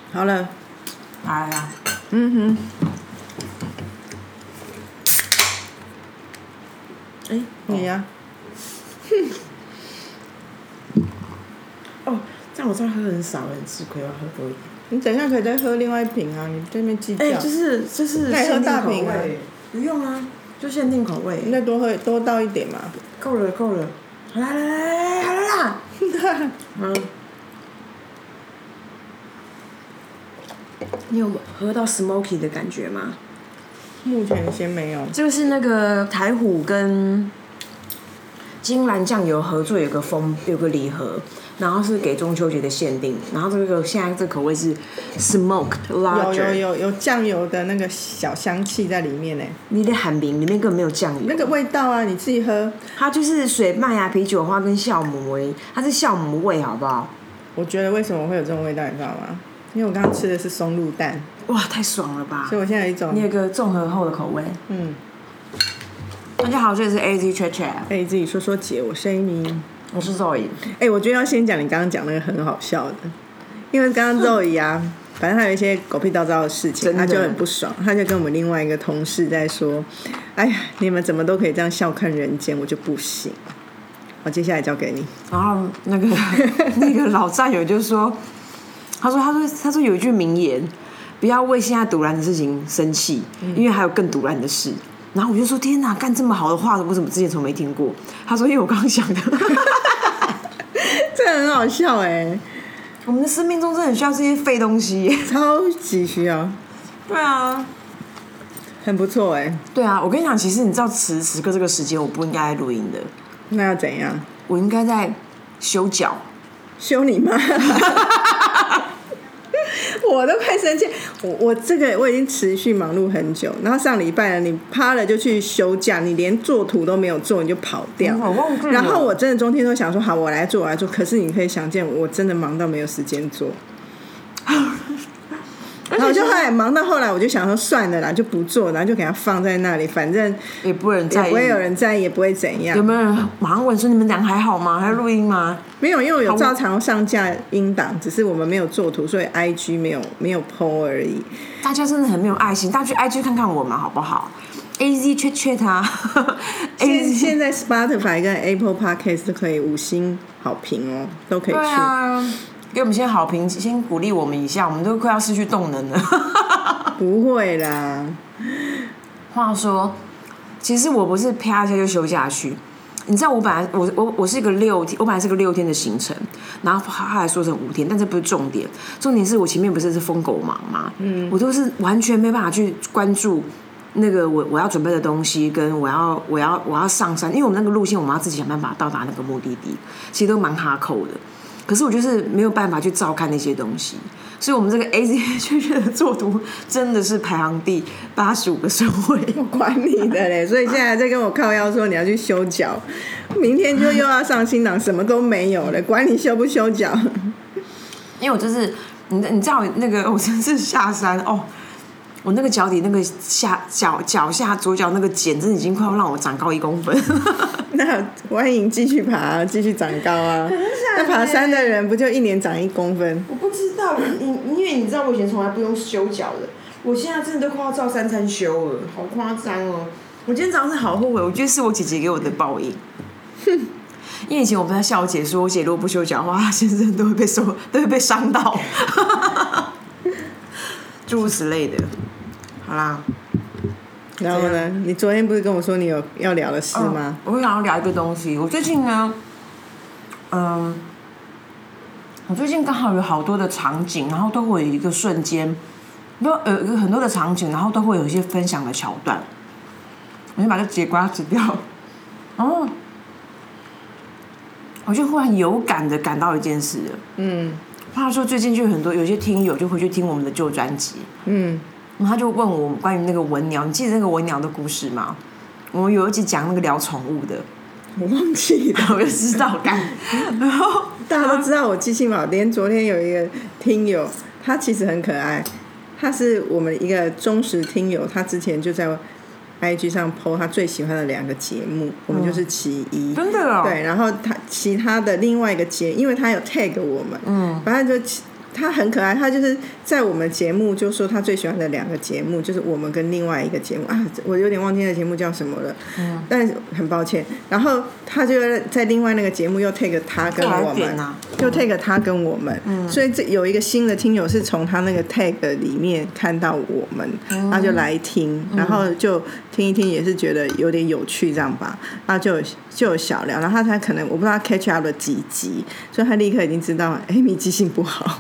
好了， 来啦。 嗯哼。哎，你呀、 哦，这样我知道喝很少，很吃亏，要喝多一点。 你等一下可以再喝另外一瓶啊，你在那边计较。 就是那你喝限定大瓶啊口味，不用啊，就限定口味。 你再多倒一点嘛。 够了，好来，好了啦。你有喝到 smoky 的感觉吗？ 目前先没有。 这个是那个台虎跟金兰酱油合作，有个礼盒，然后是给中秋节的限定。然后现在这口味是 smoked larger， 有酱油的那个小香气在里面呢。 你的喊名里面根本没有酱油， 那个味道啊，你自己喝。 它就是水麦啊、啤酒花跟酵母味，它是酵母味，好不好？ 我觉得为什么会有这种味道，你知道吗？因为我刚刚吃的是松露蛋。 哇，太爽了吧！ 所以我现在有一种。 你有个综合后的口味。大家好，这里是 AZ Chat Chat。 自己说说姐，我是 Amy， 我是 Zoe。 我觉得要先讲你刚刚讲那个很好笑的，因为刚刚 Zoe 啊，反正他有一些狗屁叨叨的事情，他就很不爽，他就跟我们另外一个同事在说：“哎呀，你们怎么都可以这样笑看人间，我就不行。”我接下来交给你。 然后那个老战友就说：“他说有一句名言，不要为现在堵然的事情生气，因为还有更堵然的事。”然后我就说：“天哪，干这么好的话，我怎么之前从没听过？”他说：“因为我刚刚想的。” 这很好笑我们的生命中真的很需要这些废东西， 超级需要。 对啊， 很不错对啊，我跟你讲，其实你知道此刻这个时间我不应该录音的。 那要怎样？ 我应该在修脚。 修你妈！我都快生气，我这个我已经持续忙碌很久，然后上礼拜了，你趴了就去休假，你连做图都没有做，你就跑掉。 我忘记了。 然后我真的中间都想说，好，我来做，可是你可以想见，我真的忙到没有时间做。然后我就后来忙到后来，我就想说算了啦，就不做，然后就给它放在那里，反正也不会有人在意， 也不会有人在意，也不会怎样。 有没有人马上问说你们俩还好吗？还录音吗？ 没有，因为我有照常上架音档，只是我们没有做图，所以 IG 没有 po 而已。 大家真的很没有爱心，大家去 IG 看看我们好不好？AZ Chat Chat 啊现在 Spotify 跟 Apple Podcast 都可以5星好评哦，都可以去。 对啊，给我们先好评，先鼓励我们一下，我们都快要失去动能了。 不会啦。 话说，其实我不是啪一下就休假去，你知道我本来我是一个6天，我本来是个6天的行程，然后他还说成5天，但这不是重点，重点是我前面不是疯狗忙嘛，我都是完全没办法去关注那个我要准备的东西，跟我要上山，因为我们那个路线我们要自己想办法到达那个目的地，其实都蛮哈扣的。可是我就是没有办法去照看那些东西，所以我们这个 AZ 确确的作图真的是排行第85个顺位。 我管你的嘞！所以现在在跟我靠腰说你要去修脚，明天就又要上新档，什么都没有了，管你修不修脚。 因为我就是你知道那个我真是下山哦，我那个脚底那个脚下左脚那个茧真的已经快要让我长高1公分。 那欢迎继续爬，继续长高啊！那爬山的人不就1年长1公分？ 我不知道，因为你知道我以前从来不用修脚的，我现在真的都快要照3餐修了，好夸张哦！我今天早上是好后悔，我觉得是我姐姐给我的报应。因为以前我们在笑我姐说，我姐如果不修脚的话，她先生都会被伤到，诸如此类的。好啦。 然后呢？你昨天不是跟我说你有要聊的事吗？ 我想要聊一个东西。我最近呢，我最近刚好有好多的场景，然后都会有一个瞬间，都有很多的场景，然后都会有一些分享的桥段。我先把这节瓜子掉。我就忽然有感的感到一件事了。话说最近就有些听友就回去听我们的旧专辑。然后他就问我关于那个文鸟，你记得那个文鸟的故事吗？我们有一集讲那个聊宠物的， 我忘记了， 我就知道干。然后大家都知道我记性好，连昨天有一个听友，他其实很可爱，他是我们一个忠实听友，他之前就在 IG 上 po 他最喜欢的2个节目，我们就是其一。 真的哦。 对，然后他其他的另外一个因为他有 tag 我们，反正他很可爱，他就是在我们节目就说他最喜欢的2个节目就是我们跟另外一个节目啊，我有点忘记那个节目叫什么了，但是很抱歉。然后他就在另外那个节目又 take 他跟我们，又 take 他跟我们，所以这有一个新的听友是从他那个 tag 里面看到我们，他就来听，然后就听一听，也是觉得有点有趣这样吧，然后就有小聊，然后他可能我不知道 catch up 了几集，所以他立刻已经知道Amy 记性不好。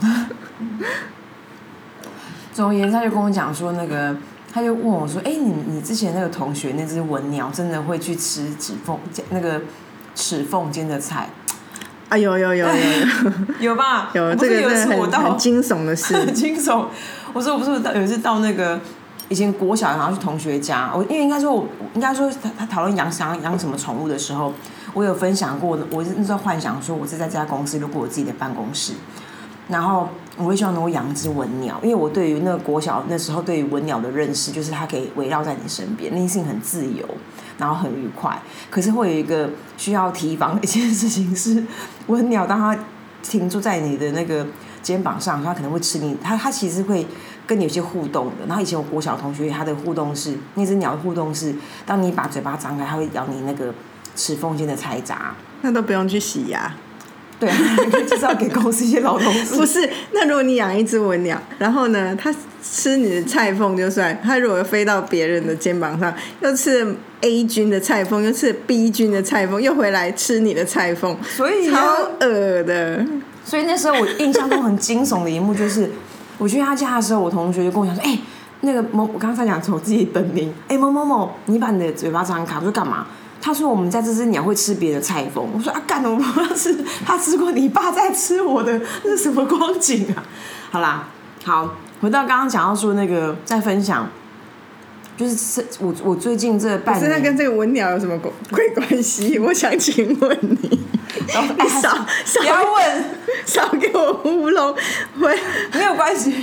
总而言之，他就跟我讲说，他就问我说：“你之前那个同学那只文鸟真的会去吃齿缝间的菜？” 啊，有有吧？ 有，这个是很惊悚的事， 很惊悚。我说我不是有一次到那个以前国小，然后去同学家，因为应该说他讨论养什么宠物的时候，我有分享过，我那时候幻想说我是在这家公司，如果我自己的办公室，然后我会希望能够养一只文鸟，因为我对于那个国小那时候对于文鸟的认识，就是它可以围绕在你身边，那件事情很自由，然后很愉快。可是会有一个需要提防的一件事情是，文鸟当它停住在你的那个肩膀上，它可能会吃你，它其实会跟你有些互动的。然后以前我国小同学他的互动是，那只鸟的互动是，当你把嘴巴张开，它会咬你那个齿缝间的菜渣， 那都不用去洗牙。 对，就是要给公司一些劳动事。 不是，那如果你养一只文鸟，然后呢，它吃你的菜缝就算，它如果飞到别人的肩膀上，又吃 A 君的菜缝，又吃 B 君的菜缝，又回来吃你的菜缝， 所以超恶的。 所以那时候我印象中很惊悚的一幕就是，我去他家的时候，我同学就跟我讲说：“那个某，我刚才讲我自己本名，某某某，你把你的嘴巴张开。”我说干嘛？他说我们家这只鸟会吃别的菜缝。我说干我不要吃，他吃过你爸在吃我的，那是什么光景啊？好啦，好，回到刚刚讲到说那个在分享，就是我最近这半年， 可是它跟这个文鸟有什么关系？我想请问你， 不要问， 少给我糊弄， 没有关系，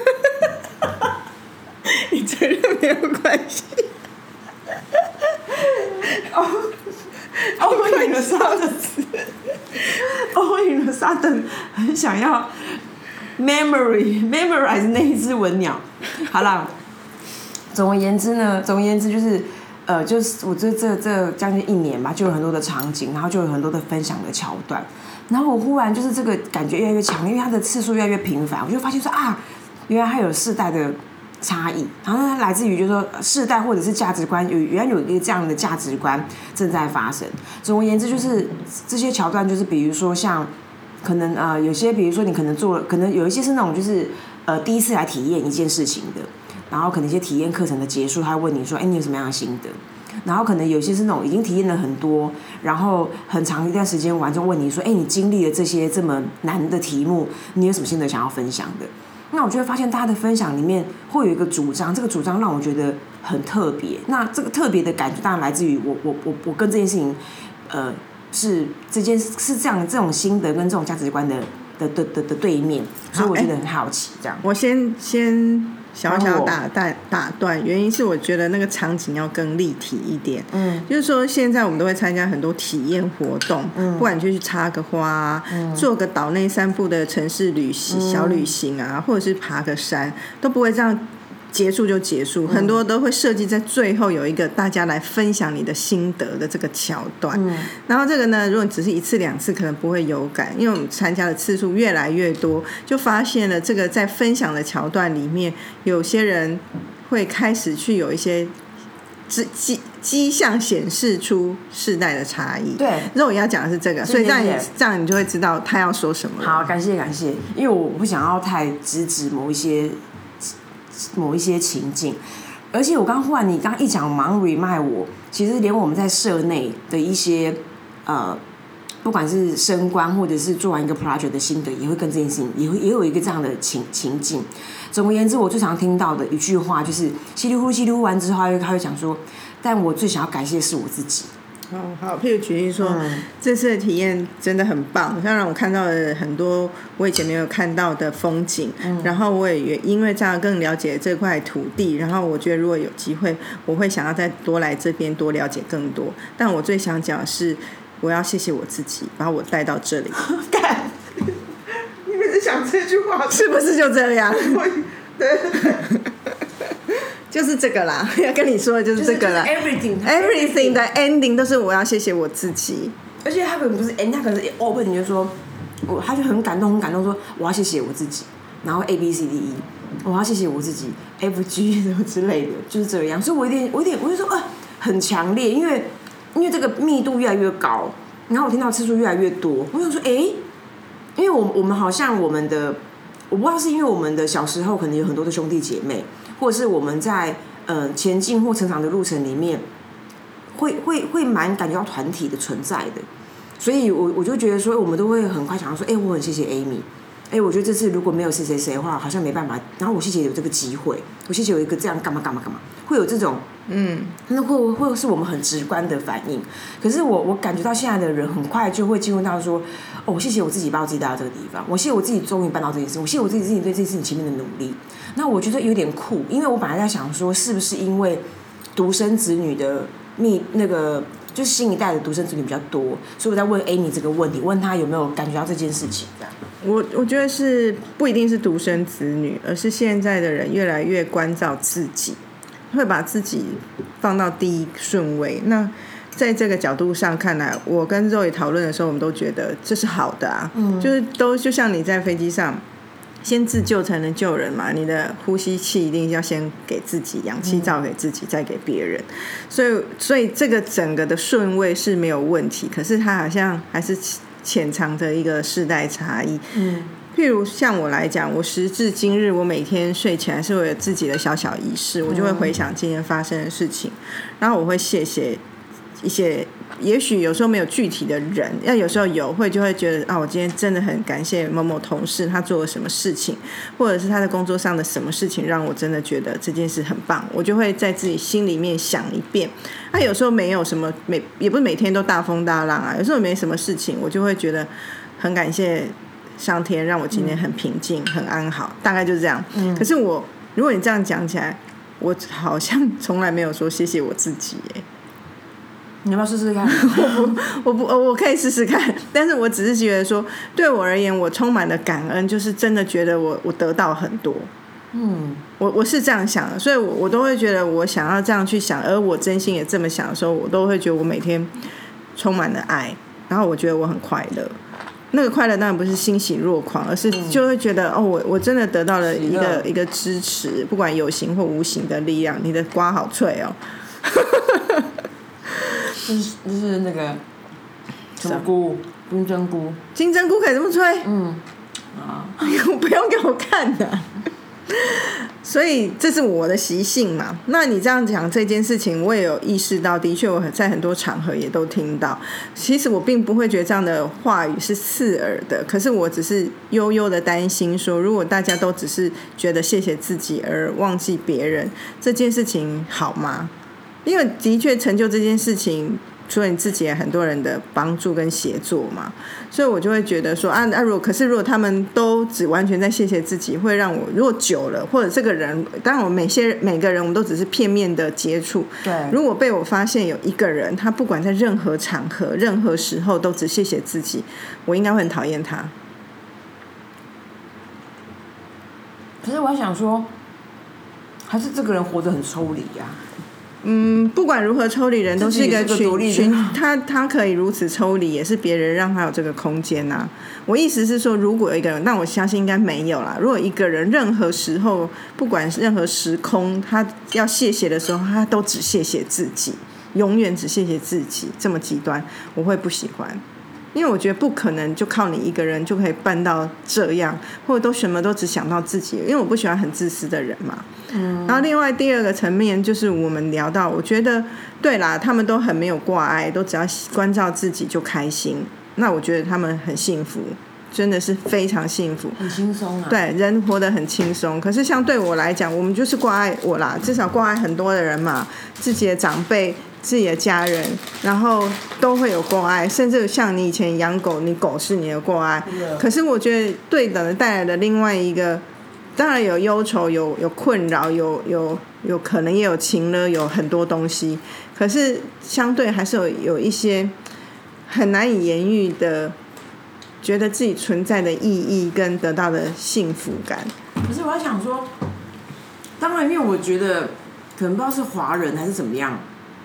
你承认没有关系？ 欧影的沙登，欧影的沙登很想要 memorize 那一只文鸟。好啦，总而言之就是我这将近1年吧，就有很多的场景，然后就有很多的分享的桥段，然后我忽然就是这个感觉越来越强烈，因为它的次数越来越频繁，我就发现说原来它有世代的差异，然后它来自于就是说世代或者是价值观，原来有一个这样的价值观正在发生。总而言之，就是这些桥段，就是比如说像可能有些，比如说你可能可能有一些是那种就是第一次来体验一件事情的，然后可能一些体验课程的结束，他会问你说，你有什么样的心得？然后可能有些是那种已经体验了很多，然后很长一段时间完就问你说，你经历了这些这么难的题目，你有什么心得想要分享的？那我就会发现大家的分享里面会有一个主张，这个主张让我觉得很特别。那这个特别的感觉当然来自于我跟这件事情，是这样的这种心得跟这种价值观的对面，所以我觉得很好奇。这样， 我先小小打断，原因是我觉得那个场景要更立体一点。就是说现在我们都会参加很多体验活动，不管你就去插个花做个岛内散步的城市旅行小旅行啊，或者是爬个山，都不会这样结束就结束，很多都会设计在最后有一个大家来分享你的心得的这个桥段。然后这个呢，如果你只是1次2次可能不会有感，因为我们参加的次数越来越多，就发现了这个在分享的桥段里面，有些人会开始去有一些迹象显示出世代的差异。 对， 肉也要讲的是这个，所以这样你就会知道他要说什么了。 好，感谢，因为我不想要太直指某一些情境，而且我忽然你刚一讲，马上 remind 我，其实连我们在社内的一些不管是升官或者是做完一个 project 的心得，也会跟这件事情也有一个这样的情境。总而言之，我最常听到的一句话就是稀里呼噜完之后，他会讲说，但我最想要感谢的是我自己。 好，譬如举例说，这次的体验真的很棒，让我看到了很多我以前没有看到的风景，然后我也因为这样更了解这块土地，然后我觉得如果有机会，我会想要再多来这边多了解更多。但我最想讲的是，我要谢谢我自己，把我带到这里。 干，你每次想这句话是不是就这样？ 对， 就是这个啦，要跟你说的就是这个啦。everything 的 ending 都是我要谢谢我自己， 而且他可能不是 end， 他可能是 open， 你就说，他就很感动，说我要谢谢我自己，然后 A B C D E， 我要谢谢我自己 F G 什么之类的，就是这样。所以我就说很强烈，因为这个密度越来越高，然后我听到次数越来越多，我想说，因为我们好像我们的，我不知道是因为我们的小时候可能有很多的兄弟姐妹，或者是我们在前进或成长的路程里面，会蛮感觉到团体的存在的，所以我就觉得说，我们都会很快想到说，我很谢谢 Amy。我觉得这次如果没有谁谁谁的话，好像没办法。然后我谢谢有这个机会，我谢谢有一个这样干嘛，会有这种那会是我们很直观的反应。可是我感觉到现在的人很快就会进入到说，我谢谢我自己把我自己带到这个地方，我谢谢我自己终于办到这件事，我谢谢我自己对这件事情前面的努力。那我觉得有点酷，因为我本来在想说，是不是因为独生子女的就是新一代的独生子女比较多，所以我在问 Amy 这个问题，问他有没有感觉到这件事情这样。 我觉得是不一定是独生子女，而是现在的人越来越关照自己，会把自己放到第一顺位。那在这个角度上看来，我跟Zoe讨论的时候，我们都觉得这是好的啊，就是就像你在飞机上。先自救才能救人嘛，你的呼吸器一定要先给自己，氧气罩给自己，再给别人。所以这个整个的顺位是没有问题，可是它好像还是潜藏着一个世代差异。譬如像我来讲，我时至今日，我每天睡起来是我有自己的小小仪式，我就会回想今天发生的事情，然后我会谢谢一些，也许有时候没有具体的人，要有时候就会觉得我今天真的很感谢某某同事，他做了什么事情，或者是他在工作上的什么事情让我真的觉得这件事很棒，我就会在自己心里面想一遍。有时候没有什么也不是每天都大风大浪啊，有时候没什么事情，我就会觉得很感谢上天让我今天很平静很安好，大概就是这样。可是如果你这样讲起来，我好像从来没有说谢谢我自己耶。 你要不要试试看？ 我可以试试看，但是我只是觉得说，对我而言，我充满了感恩，就是真的觉得我得到很多。我是这样想的，所以我都会觉得我想要这样去想，而我真心也这么想的时候，我都会觉得我每天充满了爱，然后我觉得我很快乐。那个快乐当然不是欣喜若狂，而是就会觉得我真的得到了一个支持，不管有形或无形的力量。你的瓜好脆哦。 就是那个什么菇，金针菇可以这么吹？不用给我看的。所以这是我的习性嘛。那你这样讲这件事情，我也有意识到，的确我在很多场合也都听到。其实我并不会觉得这样的话语是刺耳的，可是我只是悠悠的担心说，如果大家都只是觉得谢谢自己而忘记别人，这件事情好吗？因为的确成就这件事情，除了你自己，也很多人的帮助跟协作嘛，所以我就会觉得说如果他们都只完全在谢谢自己，会让我如果久了，或者这个人，当然我每个人我们都只是片面的接触， 对， 如果被我发现有一个人，他不管在任何场合、任何时候都只谢谢自己，我应该会很讨厌他。 可是我还想说，还是这个人活得很抽离啊。 不管如何抽离，人都是一个群，他可以如此抽离，也是别人让他有这个空间啊。我意思是说，如果有一个人，但我相信应该没有啦。如果一个人任何时候，不管任何时空，他要谢谢的时候，他都只谢谢自己，永远只谢谢自己，这么极端，我会不喜欢。因为我觉得不可能就靠你一个人就可以办到这样，或者都什么都只想到自己，因为我不喜欢很自私的人嘛。然后另外第二个层面就是我们聊到，我觉得对啦，他们都很没有挂碍，都只要关照自己就开心，那我觉得他们很幸福，真的是非常幸福， 很轻松啊。 对，人活得很轻松。可是像对我来讲，我们就是挂碍我啦，至少挂碍很多的人嘛，自己的长辈、自己的家人，然后都会有挂碍，甚至像你以前养狗，你狗是你的挂碍。可是我觉得对等的带来的另外一个，当然有忧愁，有困扰，有可能也有情了，有很多东西。可是相对还是有一些很难以言喻的， 觉得自己存在的意义跟得到的幸福感。 可是我在想说，当然，因为我觉得可能不知道是华人还是怎么样，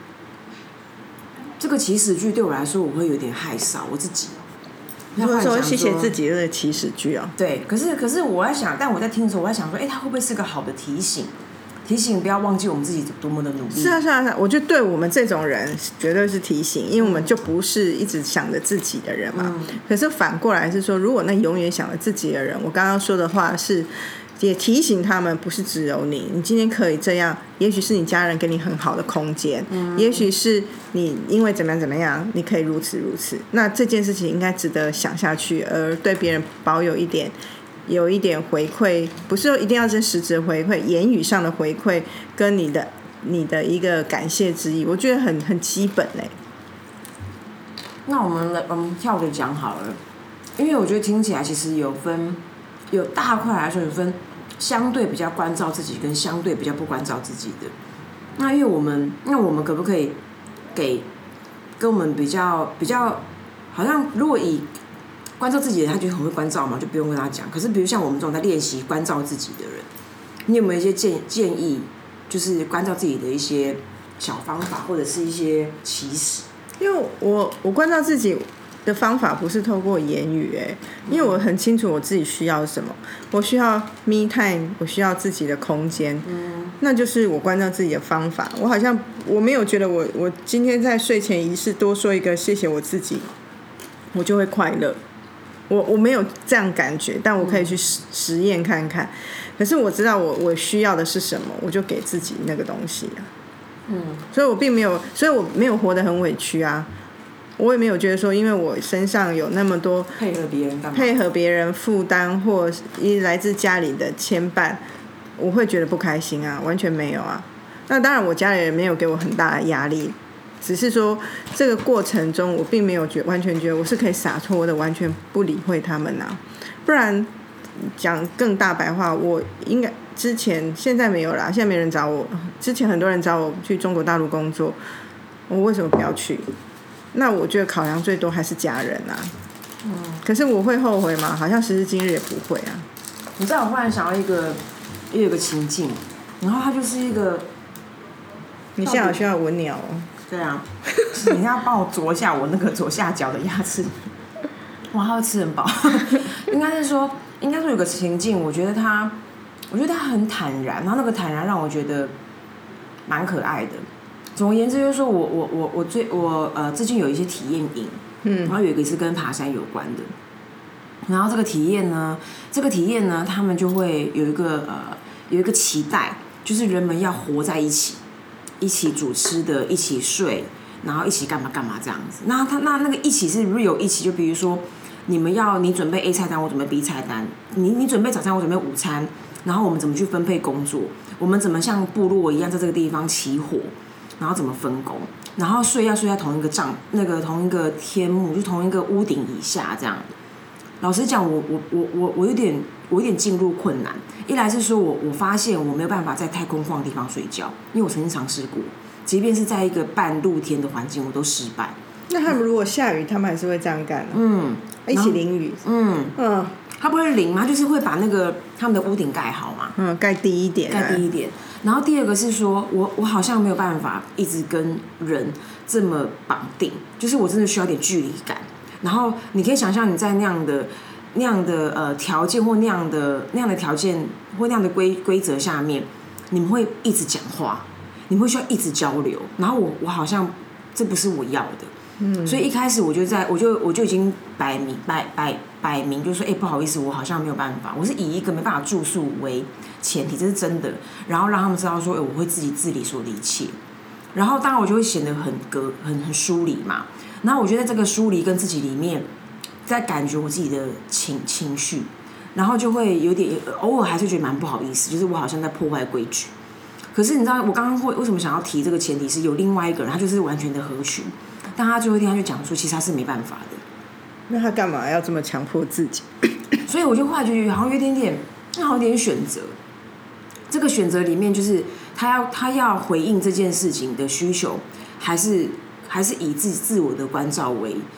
这个起始句对我来说，我会有点害臊我自己。 你说谢谢自己的起始句啊？ 对，可是我在想，但我在听的时候，我在想说，它会不会是个好的提醒？提醒不要忘记我们自己多么的努力。 是啊，我觉得对我们这种人绝对是提醒，因为我们就不是一直想着自己的人嘛。可是反过来是说，如果那永远想着自己的人，我刚刚说的话是也提醒他们，不是只有你今天可以这样，也许是你家人给你很好的空间，也许是你因为怎么样你可以如此，那这件事情应该值得想下去，而对别人保有一点回馈，不是说一定要是实质的回馈，言语上的回馈跟你的一个感谢之意，我觉得很基本嘞。 那我们跳着讲好了，因为我觉得听起来其实有大块来说有分相对比较关照自己跟相对比较不关照自己的。那因为我们可不可以给跟我们比较好像如果以关照自己的人，他就很会关照嘛，就不用跟他讲。可是比如像我们这种在练习关照自己的人，你有没有一些建议，就是关照自己的一些小方法或者是一些起始？ 因为我关照自己的方法不是透过言语，因为我很清楚我自己需要什么，我需要 me time， 我需要自己的空间，那就是我关照自己的方法。我好像我没有觉得我今天在睡前仪式多说一个谢谢我自己，我就会快乐。我没有这样感觉，但我可以去实验看看。可是我知道我需要的是什么，我就给自己那个东西啊。所以我并没有，所以我没有活得很委屈啊。我也没有觉得说，因为我身上有那么多配合别人干嘛？ 配合别人负担或来自家里的牵绊，我会觉得不开心啊，完全没有啊。那当然，我家里人没有给我很大的压力。只是说这个过程中我并没有完全觉得我是可以洒脱的完全不理会他们啊，不然讲更大白话，我应该现在没有啦，现在没人找我，之前很多人找我去中国大陆工作，我为什么不要去？那我觉得考量最多还是家人啊。可是我会后悔吗？好像时至今日也不会啊。 你知道我忽然想到有一个情境，然后它就是一个， 你现在好需要文鸟哦。 对啊，你要帮我啄一下我那个左下角的牙齿。哇，他会吃很饱。应该是说有个情境，我觉得他很坦然，然后那个坦然让我觉得蛮可爱的。总而言之，就是说我最近有一些体验营，然后有一个是跟爬山有关的。然后这个体验呢，他们就会有一个期待，就是人们要活在一起煮吃的，一起睡，然后一起干嘛这样子。那个一起是 real 一起，就比如说你准备 A 菜单，我准备 B 菜单，你准备早餐，我准备午餐，然后我们怎么去分配工作，我们怎么像部落一样在这个地方起火，然后怎么分工，然后要睡在同一个同一个天幕，就同一个屋顶以下这样。老实讲，我有点进入困难。一来是说我发现我没有办法在太空旷的地方睡觉，因为我曾经尝试过，即便是在一个半露天的环境，我都失败。 那他们如果下雨，他们还是会这样干？一起淋雨。 他不会淋吗？就是会把他们的屋顶盖好嘛。 盖低一点。 然后第二个是说，我好像没有办法一直跟人这么绑定，就是我真的需要点距离感。然后你可以想象你在那样的条件或那样的条件或那样的规则下面，你们会一直讲话，你们会需要一直交流。然后我好像这不是我要的，所以一开始我就已经摆明就说，不好意思，我好像没有办法。我是以一个没办法住宿为前提，这是真的。然后让他们知道说，我会自己治理所有的一切。然后当然我就会显得很疏离嘛。然后我觉得在这个疏离跟自己里面，在感觉我自己的情绪，然后就会有点偶尔还是觉得蛮不好意思，就是我好像在破坏规矩。可是你知道我刚刚为什么想要提这个前提，是有另外一个人，他就是完全的合群，但他最后一天他就讲说，其实他是没办法的。 那他干嘛要这么强迫自己？ 所以我就后来觉得好像有点选择。这个选择里面，就是他要回应这件事情的需求，还是以自我的关照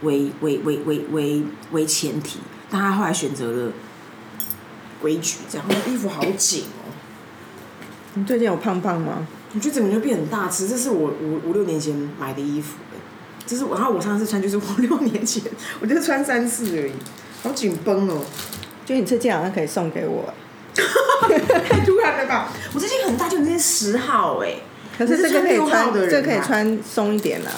为前提，但他后来选择了规矩，这样衣服好紧哦。 你最近有胖胖吗？ 我觉得整个就变很大只，这是我5-6年前买的衣服，这是然后我上次穿就是5-6年前，我就穿3次而已，好紧绷哦。 就你这件好像可以送给我， 太突然了吧？我这件很大，就你这件10号哎。 可是这个可以穿， 这可以穿松一点啦。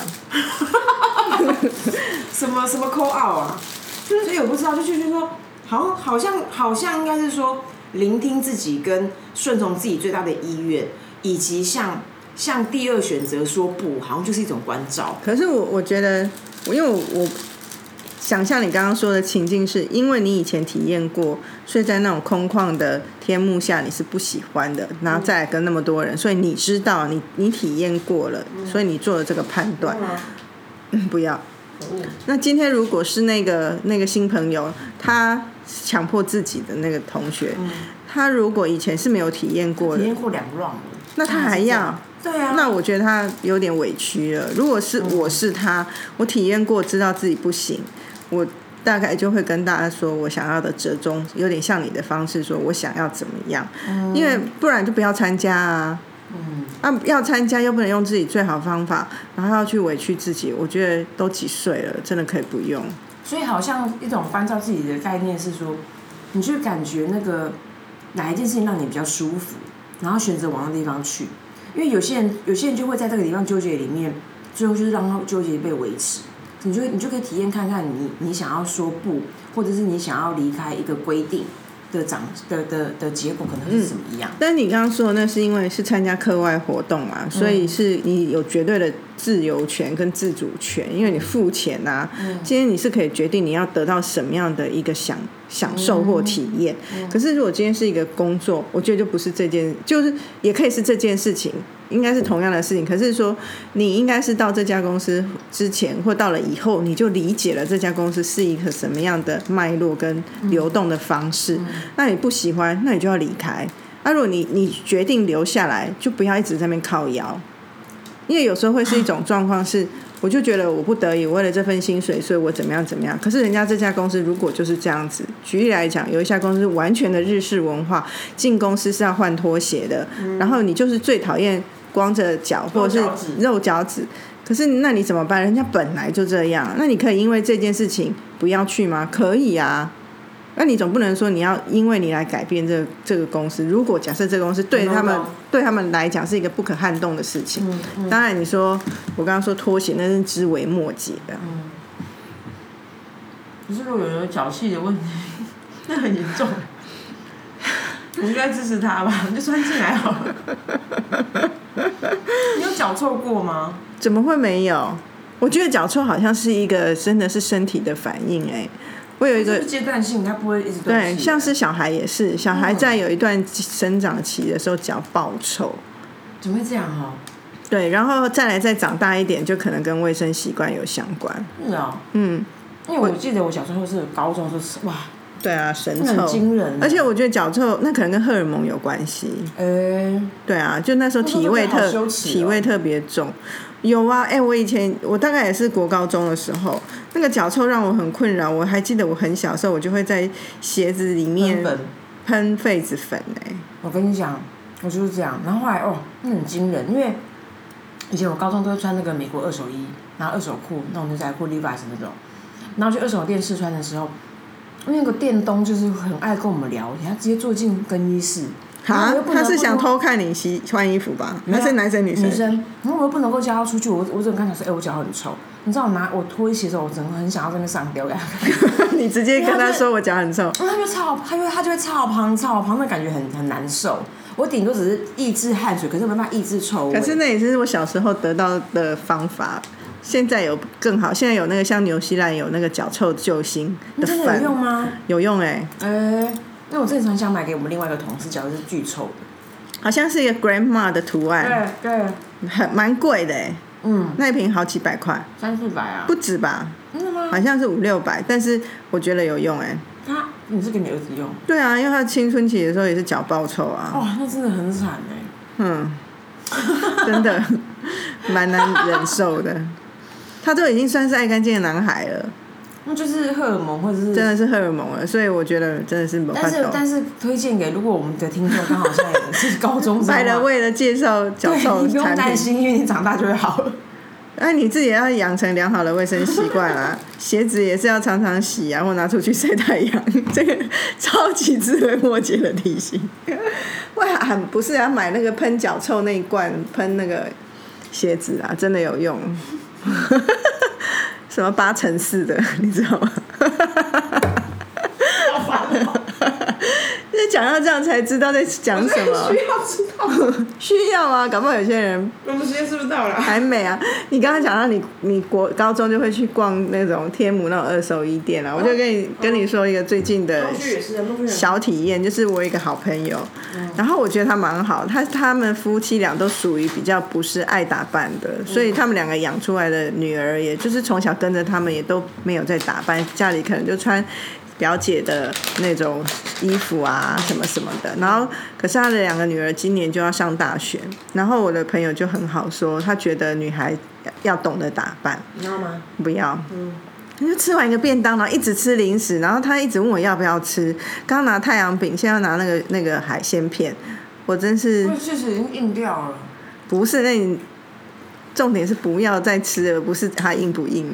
什么 call out 啊？所以我不知道，就是说，好像应该是说，聆听自己跟顺从自己最大的意愿，以及向第二选择说不，好像就是一种关照。 可是我觉得，因为我想象你刚刚说的情境是，因为你以前体验过睡在那种空旷的天幕下你是不喜欢的，然后再来跟那么多人，所以你知道你体验过了，所以你做了这个判断。不要。那今天如果是那个新朋友，他强迫自己的那个同学，他如果以前是没有体验过的， 体验过2 round， 那他还要？ 对啊， 那我觉得他有点委屈了。如果是我是他，我体验过，知道自己不行，我大概就会跟大家说我想要的折中，有点像你的方式，说我想要怎么样，因为不然就不要参加啊。要参加又不能用自己最好方法，然后要去委屈自己，我觉得都几岁了，真的可以不用。 所以好像一种关照自己的概念是说，你去感觉那个哪一件事情让你比较舒服，然后选择往那地方去。因为有些人就会在这个地方纠结里面，最后就是让他纠结被维持。你就可以体验看看你想要说不，或者是你想要离开一个规定的结果可能是怎么样？ 但是你刚刚说的那是因为是参加课外活动嘛，所以是你有绝对的自由权跟自主权，因为你付钱啊，今天你是可以决定你要得到什么样的一个享受或体验。可是如果今天是一个工作，我觉得就不是这件，就是也可以是这件事情，应该是同样的事情。可是说你应该是到这家公司之前或到了以后，你就理解了这家公司是一个什么样的脉络跟流动的方式。那你不喜欢，那你就要离开。那如果你决定留下来，就不要一直在那边靠腰，因为有时候会是一种状况是，我就觉得我不得已，为了这份薪水，所以我怎么样。可是人家这家公司如果就是这样子，举例来讲，有一家公司完全的日式文化，进公司是要换拖鞋的，然后你就是最讨厌光着脚或者是肉脚趾。可是那你怎么办？人家本来就这样，那你可以因为这件事情不要去吗？可以啊。那你总不能说你要因为你来改变这个公司。如果假设这个公司对他们来讲是一个不可撼动的事情，当然你说我刚刚说拖鞋那是枝微末节的。 可是如果有脚气的问题，那很严重。我应该支持他吧？你就穿进来好了。你有脚臭过吗？ 怎么会没有？我觉得脚臭好像是一个真的是身体的反应会有一个阶段性，它不会一直对，像是小孩也是，小孩在有一段生长期的时候脚爆臭。 怎么会这样对，然后再长大一点，就可能跟卫生习惯有相关。 是啊，因为我记得我小时候是高中的时候，哇， 对啊，神臭， 很惊人。 而且我觉得脚臭那可能跟荷尔蒙有关系。对啊，就那时候体味特别重。有啊，我大概也是国高中的时候，那个脚臭让我很困扰。我还记得我很小的时候，我就会在鞋子里面喷痱子粉。 我跟你讲，我就是这样。然后后来那很惊人，因为以前我高中都会穿那个美国二手衣，然后二手裤，那种牛仔裤 Levi's 那种，然后去二手店试穿的时候，那个店东就是很爱跟我们聊天，他直接坐进更衣室。 他是想偷看你换衣服吧？还是男生女生？ 女生。然后我又不能够叫他出去，我整个看起来说，我脚很臭。你知道我脱衣鞋的时候，我整个很想要在那边上吊给他看。 你直接跟他说我脚很臭。 他就会超旁的感觉很难受。我顶多只是抑制汗水，可是没办法抑制臭味。 可是那也是我小时候得到的方法。现在有更好，现在有那个像纽西兰有那个脚臭救星的粉。 真的有用吗？ 有用因为我之前很想买给我们另外一个同事，脚是巨臭的， 好像是一个 grandma 的图案， 对， 蛮贵的那一瓶好几百块 ，300-400啊， 不止吧？ 真的吗？ 好像是500-600，但是我觉得有用你是给你儿子用？ 对啊，因为他青春期的时候也是脚爆臭啊。 哇，那真的很惨真的蛮难忍受的。 他都已经算是爱干净的男孩了。 那就是荷尔蒙，或者是真的是荷尔蒙了，所以我觉得真的是没办法。 但是推荐给如果我们的听众刚好现在是高中生， 白了为了介绍脚臭产品， 你不用担心，因为你长大就会好了。 你自己也要养成良好的卫生习惯啦，鞋子也是要常常洗啊，或拿出去晒太阳。这个超级智慧末节的提醒。哇，不是要买那个喷脚臭那一罐喷那个鞋子啊，真的有用。什么8×4的，你知道吗？ 好烦哦！ 讲到这样才知道在讲什么。 需要知道。 需要啊，搞不好有些人。 我们时间是不是到了？ 还没啊！你刚刚讲到你高中就会去逛那种天母那种二手衣店啊，我就跟你说一个最近的小体验，就是我有一个好朋友，然后我觉得他蛮好，他们夫妻俩都属于比较不是爱打扮的，所以他们两个养出来的女儿，也就是从小跟着他们，也都没有在打扮，家里可能就穿表姐的那种衣服啊什么什么的，然后可是他的2个女儿今年就要上大学，然后我的朋友就很好说，他觉得女孩要懂得打扮。 你要吗？ 不要。他就吃完一个便当，然后一直吃零食，然后他一直问我要不要吃，刚拿太阳饼，现在要拿那个海鲜片，我真是。 确实已经硬掉了。 不是，那你重点是不要再吃了，不是它硬不硬。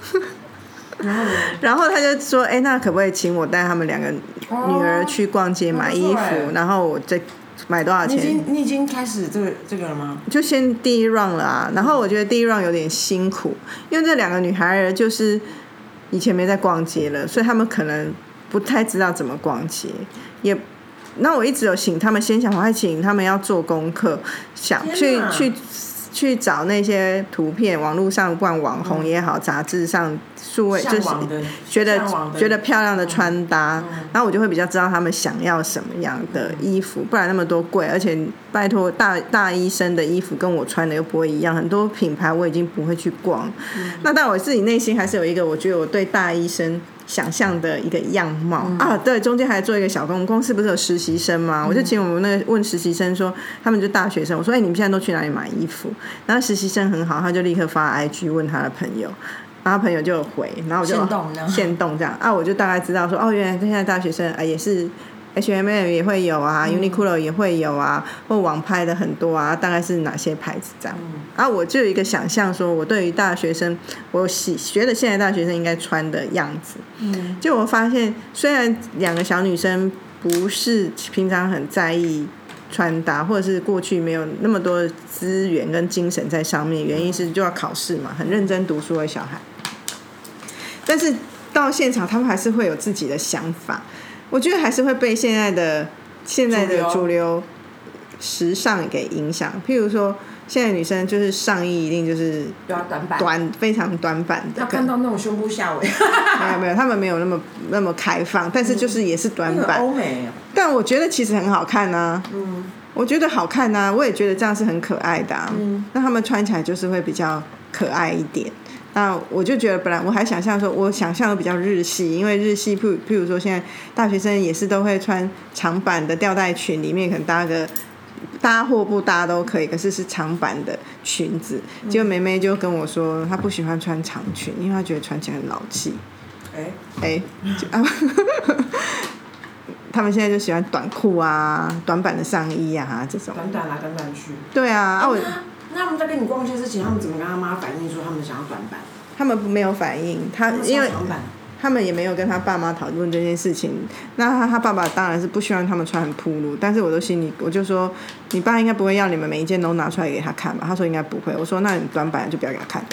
然后他就说：“那可不可以请我带他们2个女儿去逛街买衣服，然后我再买多少钱？” 你已经开始这个了吗？ 就先第一 round 了啊。然后我觉得第一 round 有点辛苦，因为这2个女孩儿就是以前没在逛街了，所以他们可能不太知道怎么逛街。那我一直有请他们先想，我还请他们要做功课，想去找那些图片，网络上逛网红也好，杂志上数位就是觉得漂亮的穿搭，然后我就会比较知道他们想要什么样的衣服，不然那么多贵，而且拜托大医生的衣服跟我穿的又不会一样，很多品牌我已经不会去逛。那但我自己内心还是有一个，我觉得我对大医生想象的一个样貌啊，对，中间还做一个小公司不是有实习生吗？我就请我们那个问实习生说，他们就大学生，我说你们现在都去哪里买衣服？然后实习生很好，他就立刻发 IG 问他的朋友，然后朋友就有回，然后我就限动这样啊，我就大概知道说原来现在大学生也是。H&M 也会有啊，Uniqlo 也会有啊，或网拍的很多啊，大概是哪些牌子这样？我就有一个想象，说我对于大学生，我觉得现在大学生应该穿的样子。就我发现，虽然2个小女生不是平常很在意穿搭，或者是过去没有那么多资源跟精神在上面，原因是就要考试嘛，很认真读书的小孩，但是到现场他们还是会有自己的想法。我觉得还是会被现在的主流时尚给影响。譬如说，现在女生就是上衣一定就是非常短版的。 要看到那种胸部下围。 没有，他们没有那么开放，但是就是也是短版。 欧美。 但我觉得其实很好看啊。我觉得好看啊，我也觉得这样是很可爱的啊。那他们穿起来就是会比较可爱一点。那我就觉得本来我还想象说，我想象的比较日系，因为日系譬如说现在大学生也是都会穿长版的吊带裙，里面可能搭或不搭都可以，可是长版的裙子。结果妹妹就跟我说，她不喜欢穿长裙，因为她觉得穿起来很老气。他们现在就喜欢短裤啊、短版的上衣啊这种。 短来短去。 对啊， 那他们在跟你逛街之前，他们怎么跟他妈反映说他们想要短版？ 他们没有反应，因为他们也没有跟他爸妈讨论这件事情。那他爸爸当然是不希望他们穿很暴露，但是我就说，你爸应该不会要你们每一件都拿出来给他看吧？他说应该不会。我说那你短版就不要给他看。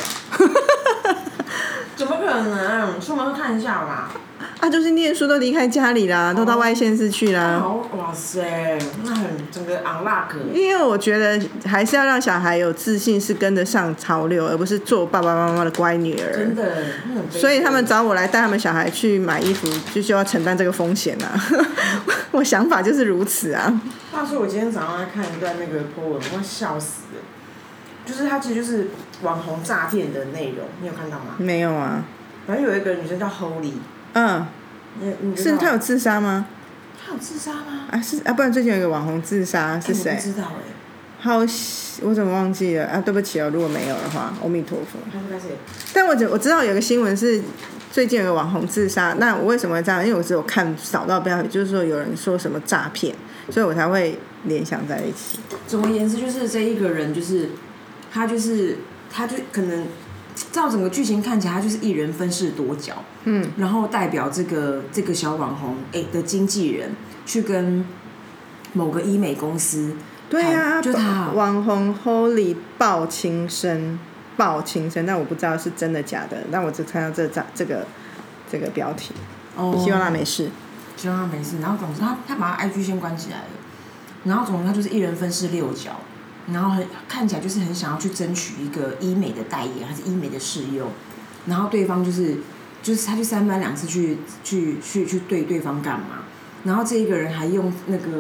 怎么可能？出门看一下吧。 就是念书都离开家里啦，都到外县市去啦。 哇塞，那整个 unlock。 因为我觉得还是要让小孩有自信，是跟得上潮流，而不是做爸爸妈妈的乖女儿。 真的。 所以他们找我来带他们小孩去买衣服，就要承担这个风险啊。我想法就是如此啊。 话说我今天早上在看一段那个 po 文，我快笑死了。就是它其实就是网红诈骗的内容，你有看到吗？ 没有啊。 反正有一个女生叫 Holly。 是他有自杀吗？ 他有自杀吗？ 不然最近有一个网红自杀是谁？ 我不知道好，我怎么忘记了啊？对不起哦，如果没有的话，阿弥陀佛。但我知道有个新闻是最近有个网红自杀，那我为什么会这样？因为我只有扫到标题，就是说有人说什么诈骗，所以我才会联想在一起。 总而言之，就是这一个人，他就可能照整个剧情看起来，他就是一人分饰多角，然后代表这个小网红的经纪人去跟某个医美公司。 对啊， 就他网红 Holy 爆轻生，但我不知道是真的假的，但我只看到这个标题。希望他没事。 希望他没事。然后总之他把他 IG 先关起来了，然后总之他就是一人分饰六角，然后看起来就是很想要去争取一个医美的代言还是医美的试用，然后对方就是他去3番2次去对对方干嘛，然后这一个人还用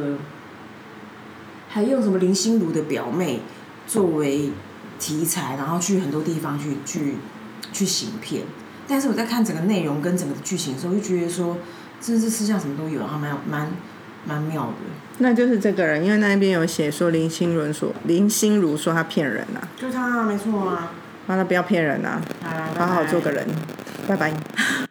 什么林心如的表妹作为题材，然后去很多地方去行骗。但是我在看整个内容跟整个剧情的时候，就觉得说，真的是世界上什么都有，然后蛮妙的。 那就是这个人，因为那边有写说林心如说他骗人啊， 就是他，没错啊。 那不要骗人啊，好好做个人，拜拜。